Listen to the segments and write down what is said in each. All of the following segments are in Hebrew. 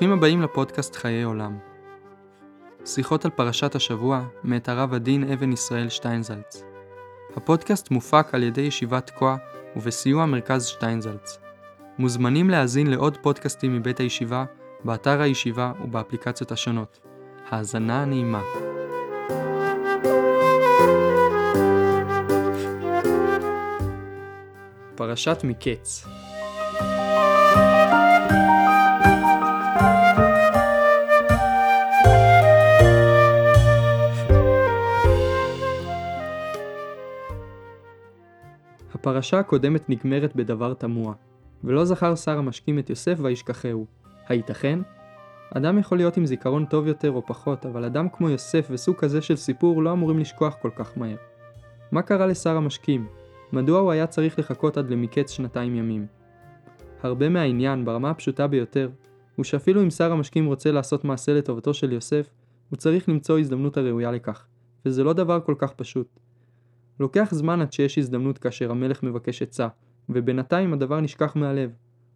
ברוכים הבאים לפודקאסט חיי עולם. שיחות על פרשת השבוע מאת הרב עדין אבן ישראל שטיינזלץ. הפודקאסט מופק על ידי ישיבת תקוע ובסיוע מרכז שטיינזלץ. מוזמנים להאזין לעוד פודקאסטים מבית הישיבה, באתר הישיבה ובאפליקציות השונות. האזנה נעימה. פרשת מקץ. הפרשה הקודמת נגמרת בדבר תמוה, ולא זכר שר המשקים את יוסף וישכחהו. הייתכן? אדם יכול להיות עם זיכרון טוב יותר או פחות, אבל אדם כמו יוסף וסוג כזה של סיפור לא אמורים לשכוח כל כך מהר. מה קרה לשר המשקים? מדוע הוא היה צריך לחכות עד למקץ 2 ימים? הרבה מהעניין, ברמה הפשוטה ביותר, הוא שאפילו אם שר המשקים רוצה לעשות מעשה לטובתו של יוסף, הוא צריך למצוא הזדמנות הראויה לכך, וזה לא דבר כל כך פשוט. לוקח זמן עד שיש הזדמנות כאשר המלך מבקש עצה, ובינתיים הדבר נשכח מהלב.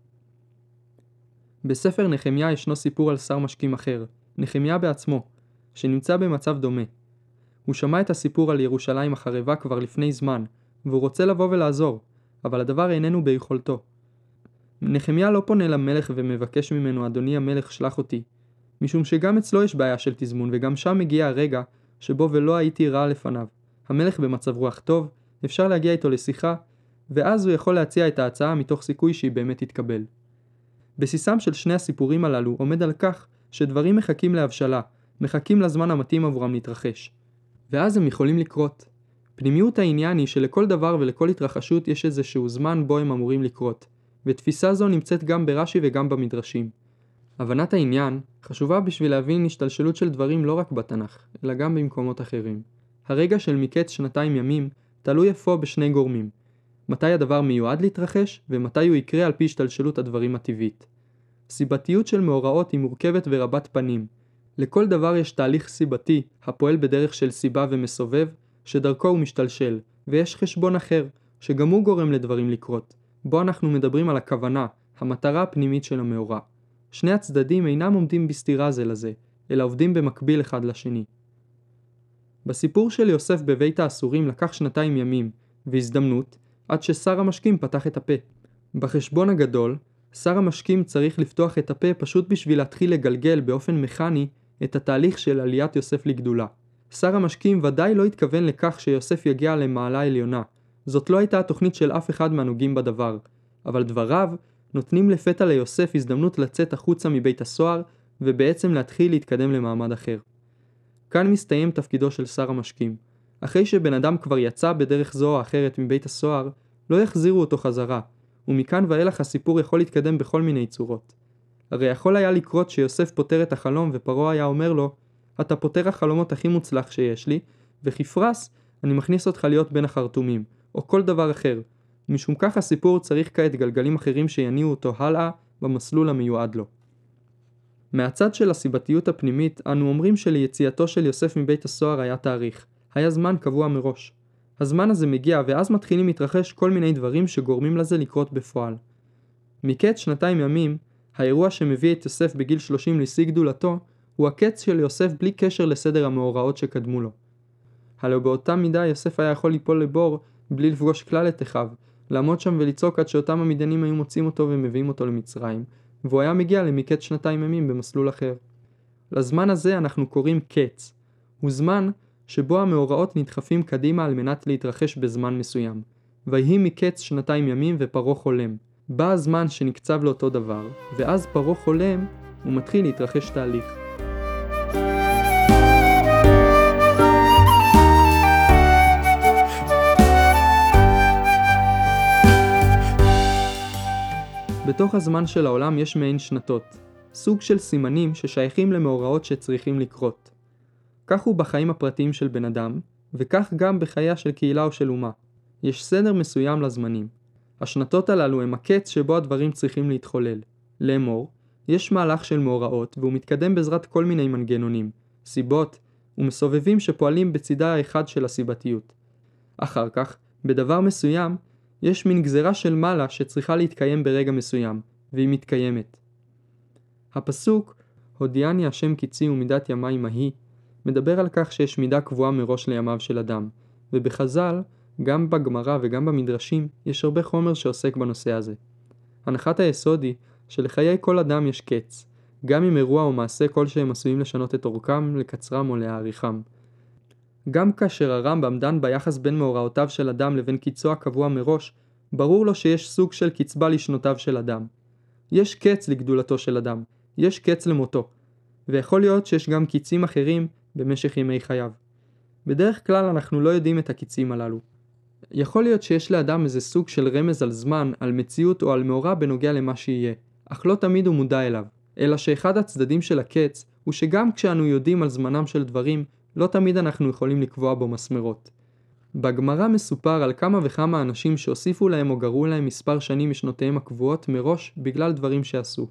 בספר נחמיה ישנו סיפור על שר משקים אחר, נחמיה בעצמו, שנמצא במצב דומה. הוא שמע את הסיפור על ירושלים החרבה כבר לפני זמן, והוא רוצה לבוא ולעזור, אבל הדבר איננו ביכולתו. נחמיה לא פונה למלך ומבקש ממנו, אדוני המלך שלח אותי, משום שגם אצלו יש בעיה של תזמון, וגם שם מגיע הרגע שבו ולא הייתי רע לפניו. המלך במצב רוח טוב, אפשר להגיע איתו לשיחה, ואז הוא יכול להציע את ההצעה מתוך סיכוי שהיא באמת תתקבל. בסיסם של שני הסיפורים הללו עומד על כך שדברים מחכים להבשלה, מחכים לזמן המתאים עבורם להתרחש. ואז הם יכולים לקרות. פנימיות העניין היא שלכל דבר ולכל התרחשות יש איזשהו זמן בו הם אמורים לקרות, ותפיסה זו נמצאת גם ברש"י וגם במדרשים. הבנת העניין חשובה בשביל להבין השתלשלות של דברים לא רק בתנ"ך, אלא גם במקומות אחרים. הרגע של מקץ 2 ימים תלוי אפוא בשני גורמים. מתי הדבר מיועד להתרחש ומתי הוא יקרה על פי השתלשלות הדברים הטבעית. סיבתיות של מאורעות היא מורכבת ורבת פנים. לכל דבר יש תהליך סיבתי הפועל בדרך של סיבה ומסובב שדרכו הוא משתלשל, ויש חשבון אחר שגם הוא גורם לדברים לקרות. בו אנחנו מדברים על הכוונה, המטרה הפנימית של המאורע. שני הצדדים אינם עומדים בסתירה זה לזה, אלא עובדים במקביל אחד לשני. בסיפור של יוסף בבית האסורים לקח 2 ימים, והזדמנות, עד ששר המשקים פתח את הפה. בחשבון הגדול, שר המשקים צריך לפתוח את הפה פשוט בשביל להתחיל לגלגל באופן מכני את התהליך של עליית יוסף לגדולה. שר המשקים ודאי לא התכוון לכך שיוסף יגיע למעלה עליונה. זאת לא הייתה התוכנית של אף אחד מהנוגעים בדבר, אבל דבריו נותנים לפתע ליוסף הזדמנות לצאת החוצה מבית הסוהר, ובעצם להתחיל להתקדם למעמד אחר. כאן מסתיים תפקידו של שר המשקים. אחרי שבן אדם כבר יצא בדרך זו או אחרת מבית הסוהר, לא יחזירו אותו חזרה, ומכאן ואילך הסיפור יכול להתקדם בכל מיני צורות. הרי יכול היה לקרות שיוסף פותר את החלום ופרעה היה אומר לו, אתה פותר החלומות הכי מוצלח שיש לי, וכפרס אני מכניס אותך להיות בין החרטומים, או כל דבר אחר. משום כך הסיפור צריך כעת גלגלים אחרים שיניעו אותו הלאה במסלול המיועד לו. מהצד של הסיבתיות הפנימית, אנו אומרים שליציאתו של יוסף מבית הסוהר היה תאריך. היה זמן קבוע מראש. הזמן הזה מגיע ואז מתחילים להתרחש כל מיני דברים שגורמים לזה לקרות בפועל. מקץ 2 ימים, האירוע שמביא את יוסף בגיל 30 לשיא גדולתו, הוא הקץ של יוסף בלי קשר לסדר המאורעות שקדמו לו. הלא באותה מידה יוסף היה יכול ליפול לבור בלי לפגוש כלל את אחיו, לעמוד שם ולצעוק עד שאותם המדיינים היו מוצאים אותו ומביאים אותו למצרים, והוא היה מגיע למקץ 2 ימים במסלול אחר. לזמן הזה אנחנו קוראים קץ. הוא זמן שבו המאורעות נדחפים קדימה על מנת להתרחש בזמן מסוים. ויהי מקץ 2 ימים ופרעה חולם. בא הזמן שנקצב לאותו דבר, ואז פרעה חולם ומתחיל להתרחש תהליך. בתוך הזמן של העולם יש מעין שנתות, סוג של סימנים ששייכים למאורעות שצריכים לקרות. כך הוא בחיים הפרטיים של בן אדם, וכך גם בחייה של קהילה או של אומה. יש סדר מסוים לזמנים. השנתות הללו הם הקץ שבו הדברים צריכים להתחולל. לאמור, יש מהלך של מאורעות והוא מתקדם בעזרת כל מיני מנגנונים, סיבות ומסובבים שפועלים בצידה האחד של הסיבתיות. אחר כך, בדבר מסוים, יש מין גזרה של מעלה שצריכה להתקיים ברגע מסוים, והיא מתקיימת. הפסוק הודיעני השם קיצי ומידת ימי מהי, מדבר על כך שיש מידה קבועה מראש לימיו של אדם, ובחז"ל, גם בגמרא וגם במדרשים, יש הרבה חומר שעוסק בנושא הזה. הנחת היסוד היא שלחיי כל אדם יש קץ, גם אם אירוע או מעשה כלשהם עשויים לשנות את אורכם, לקצרם או להאריכם. גם כאשר הרמב"ם דן ביחס בין מאורעותיו של אדם לבין קיצו הקבוע מראש, ברור לו שיש סוג של קצבה לשנותיו של אדם. יש קץ לגדולתו של אדם, יש קץ למותו, ויכול להיות שיש גם קיצים אחרים במשך ימי חייו. בדרך כלל אנחנו לא יודעים את הקיצים הללו. יכול להיות שיש לאדם איזה סוג של רמז על זמן, על מציאות או על מאורע בנוגע למה שיהיה, אך לא תמיד הוא מודע אליו, אלא שאחד הצדדים של הקץ הוא שגם כשאנו יודעים על זמנם של דברים, לא תמיד אנחנו יכולים לקבוע בו מסמרות. בגמרא מסופר על כמה וכמה אנשים שהוסיפו להם או גרו להם מספר שנים משנותיהם הקבועות מראש בגלל דברים שעשו.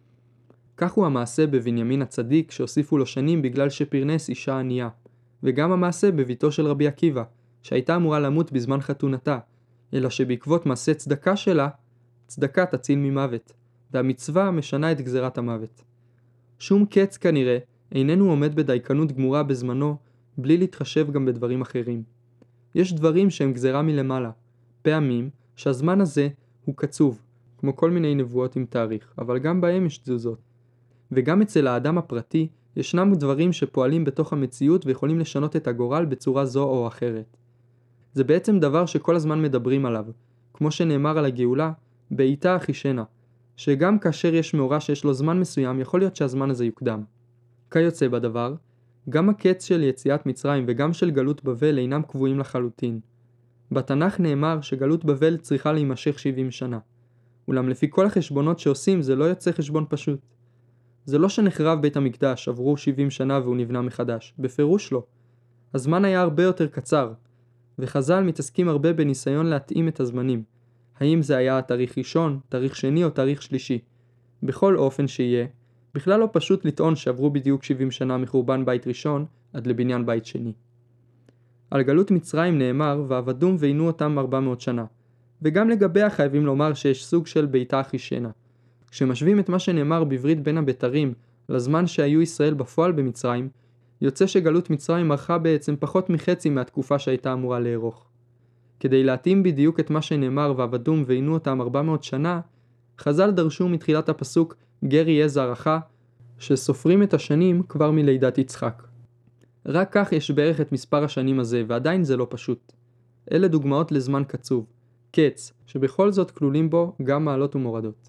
כך הוא המעשה בבנימין הצדיק שהוסיפו לו שנים בגלל שפרנס אישה ענייה, וגם המעשה בביתו של רבי עקיבא, שהייתה אמורה למות בזמן חתונתה, אלא שבעקבות מעשה צדקה שלה, צדקה תציל ממוות, והמצווה משנה את גזירת המוות. שום קץ כנראה איננו עומד בדייקנות גמורה בזמנו, בלי להתחשב גם בדברים אחרים. יש דברים שהם גזירה מלמעלה, פעמים שהזמן הזה הוא קצוב, כמו כל מיני נבואות עם תאריך, אבל גם בהם יש תזוזות. וגם אצל האדם הפרטי ישנם דברים שפועלים בתוך המציאות ויכולים לשנות את הגורל בצורה זו או אחרת. זה בעצם דבר שכל הזמן מדברים עליו, כמו שנאמר על הגאולה, בעיתה אחישנה, שגם כאשר יש מאורע שיש לו זמן מסוים, יכול להיות שהזמן הזה יוקדם. כיוצא בדבר, גם הקץ של יציאת מצרים וגם של גלות בבל אינם קבועים לחלוטין. בתנ"ך נאמר שגלות בבל צריכה להימשך 70 שנה. אולם לפי כל החשבונות שעושים זה לא יוצא חשבון פשוט. זה לא שנחרב בית המקדש, עברו 70 שנה והוא נבנה מחדש, בפירוש לא. הזמן היה הרבה יותר קצר, וחז"ל מתעסקים הרבה בניסיון להתאים את הזמנים. האם זה היה תאריך ראשון, תאריך שני או תאריך שלישי. בכל אופן שיהיה, בכלל לא פשוט לטעון שעברו בדיוק 70 שנה מחורבן בית ראשון עד לבניין בית שני. על גלות מצרים נאמר, ועבדום ועינו אותם 400 שנה. וגם לגביה חייבים לומר שיש סוג של ביתה אחישנה. כשמשווים את מה שנאמר בברית בין הבתרים לזמן שהיו ישראל בפועל במצרים, יוצא שגלות מצרים ארכה בעצם פחות מחצי מהתקופה שהייתה אמורה לארוך. כדי להתאים בדיוק את מה שנאמר ועבדום ועינו אותם 400 שנה, חז"ל דרשו מתחילת הפסוק גר יהיה זרעך, שסופרים את השנים כבר מלידת יצחק. רק כך יש בערך את מספר השנים הזה, ועדיין זה לא פשוט. אלה דוגמאות לזמן קצוב, קץ, שבכל זאת כלולים בו גם מעלות ומורדות.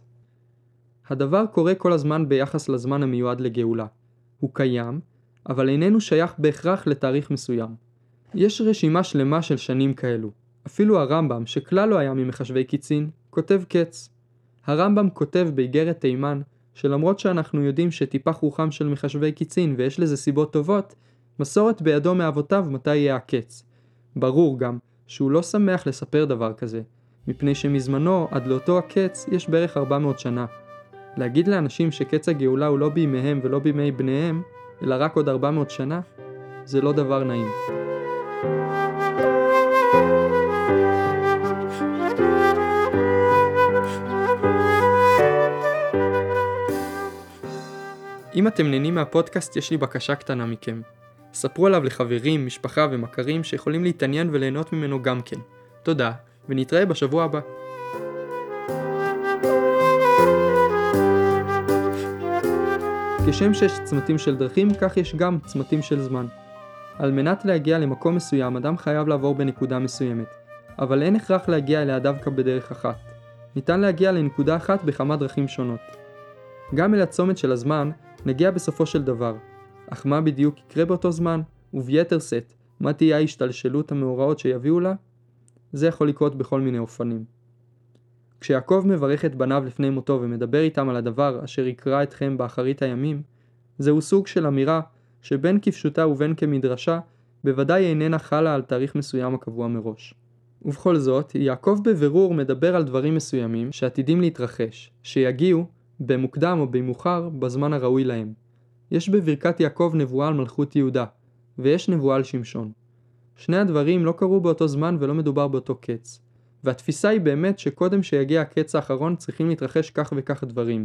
הדבר קורה כל הזמן ביחס לזמן המיועד לגאולה. הוא קיים, אבל איננו שייך בהכרח לתאריך מסוים. יש רשימה שלמה של שנים כאלו. אפילו הרמב"ם, שכלל לא היה ממחשבי קיצין, כותב קץ. הרמב"ם כותב באיגרת תימן, שלמרות שאנחנו יודעים שטיפח רוחם של מחשבי קיצין ויש לזה סיבות טובות, מסורת בידו מאבותיו מתי יהיה הקץ. ברור גם שהוא לא שמח לספר דבר כזה, מפני שמזמנו עד לאותו הקץ יש בערך 400 שנה. להגיד לאנשים שקץ הגאולה הוא לא בימיהם ולא בימי בניהם, אלא רק עוד 400 שנה, זה לא דבר נעים. אם אתם נהנים מהפודקאסט, יש לי בקשה קטנה מכם. ספרו עליו לחברים, משפחה ומכרים שיכולים להתעניין וליהנות ממנו גם כן. תודה, ונתראה בשבוע הבא. כשם שיש צמתים של דרכים, כך יש גם צמתים של זמן. על מנת להגיע למקום מסוים, אדם חייב לעבור בנקודה מסוימת, אבל אין הכרח להגיע אליה דווקא בדרך אחת. ניתן להגיע לנקודה אחת בכמה דרכים שונות. גם אל הצומת של הזמן נגיע בסופו של דבר, אך מה בדיוק יקרה באותו זמן, וביתר שאת, מה תהיה ההשתלשלות המאורעות שיביאו לה? זה יכול לקרות בכל מיני אופנים. כשיעקב מברך את בניו לפני מותו ומדבר איתם על הדבר אשר יקרא אתכם באחרית הימים, זהו סוג של אמירה שבין כפשוטה ובין כמדרשה, בוודאי איננה חלה על תאריך מסוים הקבוע מראש. ובכל זאת, יעקב בבירור מדבר על דברים מסוימים שעתידים להתרחש, שיגיעו במוקדם או במאוחר בזמן הראוי להם. יש בברכת יעקב נבואה על מלכות יהודה, ויש נבואה על שמשון. שני הדברים לא קרו באותו זמן ולא מדובר באותו קץ. והתפיסה היא באמת שקודם שיגיע הקץ האחרון צריכים להתרחש כך וכך דברים.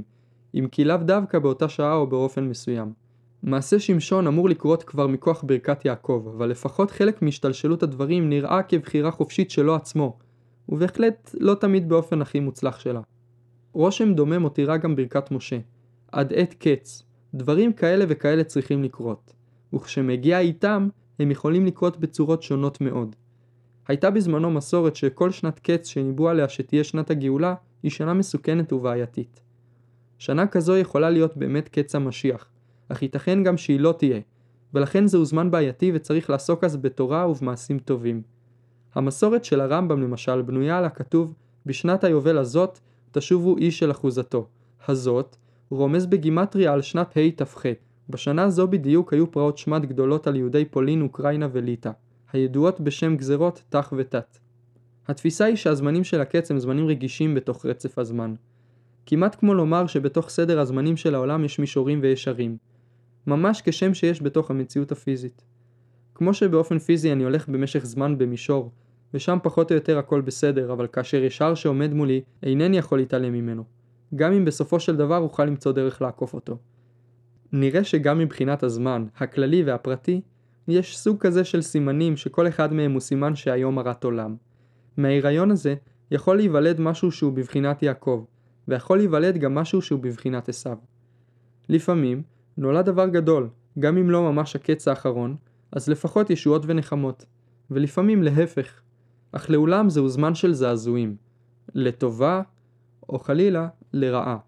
אם כי לאו דווקא באותה שעה או באופן מסוים. מעשה שמשון אמור לקרות כבר מכוח ברכת יעקב, אבל לפחות חלק מהשתלשלות הדברים נראה כבחירה חופשית שלו עצמו, ובהחלט לא תמיד באופן הכי מוצלח שלה. רושם דומה מותירה גם ברכת משה. עד עת קץ, דברים כאלה וכאלה צריכים לקרות, וכשמגיע איתם, הם יכולים לקרות בצורות שונות מאוד. הייתה בזמנו מסורת שכל שנת קץ שניבאו עליה שתהיה שנת הגאולה, היא שנה מסוכנת ובעייתית. שנה כזו יכולה להיות באמת קץ המשיח, אך ייתכן גם שהיא לא תהיה, ולכן זהו זמן בעייתי וצריך לעסוק אז בתורה ובמעשים טובים. המסורת של הרמב"ם למשל בנויה על הכתוב בשנת היובל הזאת תשובו איש אל אחוזתו. הזאת רומז בגימטריה על שנת ה' ת"ח. בשנה זו בדיוק היו פרעות שמד גדולות על יהודי פולין, אוקראינה וליטא, הידועות בשם גזרות ת"ח ות"ט. התפיסה היא שהזמנים של הקץ הם זמנים רגישים בתוך רצף הזמן. כמעט כמו לומר שבתוך סדר הזמנים של העולם יש מישורים ויש ערים. ממש כשם שיש בתוך המציאות הפיזית. כמו שבאופן פיזי אני הולך במשך זמן במישור, ושם פחות או יותר הכל בסדר, אבל כאשר יש הר שעומד מולי, אינני יכול להתעלם ממנו. גם אם בסופו של דבר אוכל למצוא דרך לעקוף אותו. נראה שגם מבחינת הזמן, הכללי והפרטי, יש סוג כזה של סימנים שכל אחד מהם הוא סימן שהיום הרת עולם. מההיריון הזה יכול להיוולד משהו שהוא בבחינת יעקב, ויכול להיוולד גם משהו שהוא בבחינת עשיו. לפעמים נולד דבר גדול, גם אם לא ממש הקץ האחרון, אז לפחות ישועות ונחמות, ולפעמים להפך. אך לעולם זהו זמן של זעזועים, לטובה או חלילה לרעה.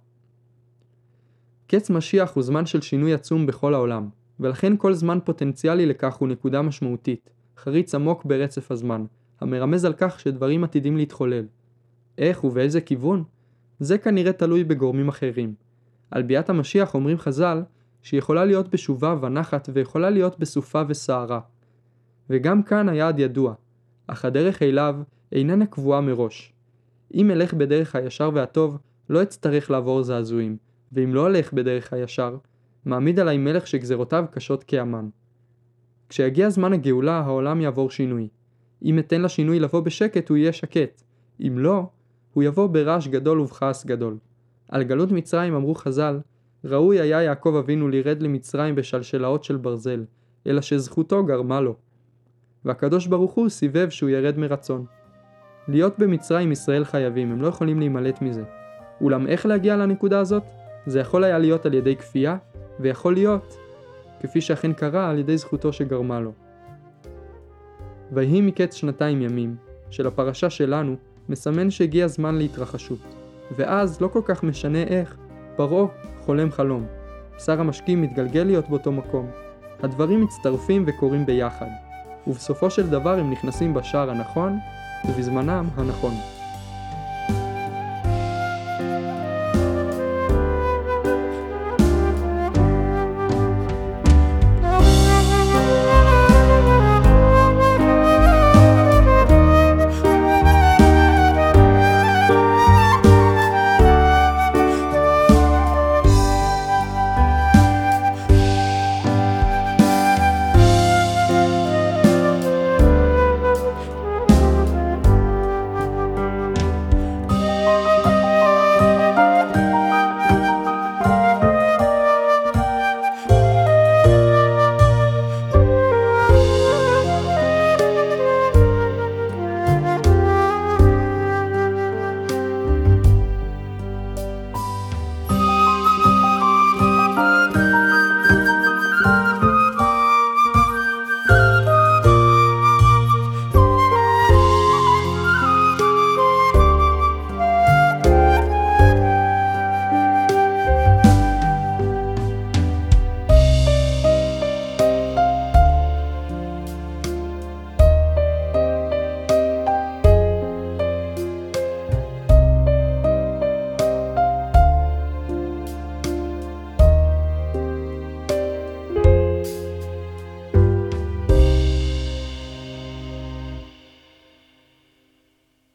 קץ משיח הוא זמן של שינוי עצום בכל העולם, ולכן כל זמן פוטנציאלי לכך הוא נקודה משמעותית, חריץ עמוק ברצף הזמן, המרמז על כך שדברים עתידים להתחולל. איך ובאיזה כיוון? זה כנראה תלוי בגורמים אחרים. על ביאת המשיח אומרים חז"ל שיכולה להיות בשובה ונחת ויכולה להיות בסופה וסערה. וגם כאן היעד ידוע, אך הדרך אליו איננה קבועה מראש. אם אלך בדרך הישר והטוב, לא אצטרך לעבור זעזועים, ואם לא אלך בדרך הישר, מעמיד עליי מלך שגזרותיו קשות כאמן. כשיגיע זמן הגאולה, העולם יעבור שינוי. אם אתן לשינוי לבוא בשקט, הוא יהיה שקט. אם לא, הוא יבוא ברעש גדול ובכעס גדול. על גלות מצרים אמרו חז"ל, ראוי היה יעקב אבינו לירד למצרים בשלשלאות של ברזל, אלא שזכותו גרמה לו. והקדוש ברוך הוא סיבב שהוא ירד מרצון. להיות במצרים ישראל חייבים, הם לא יכולים להימלט מזה. אולם איך להגיע לנקודה הזאת? זה יכול היה להיות על ידי כפייה, ויכול להיות, כפי שאכן קרה, על ידי זכותו שגרמה לו. ויהי מקץ 2 ימים, של הפרשה שלנו, מסמן שהגיע זמן להתרחשות. ואז לא כל כך משנה איך, פרעה חולם חלום. שר המשקים מתגלגל להיות באותו מקום. הדברים מצטרפים וקורים ביחד. ובסופו של דבר הם נכנסים בשער הנכון, ובזמנם הנכון.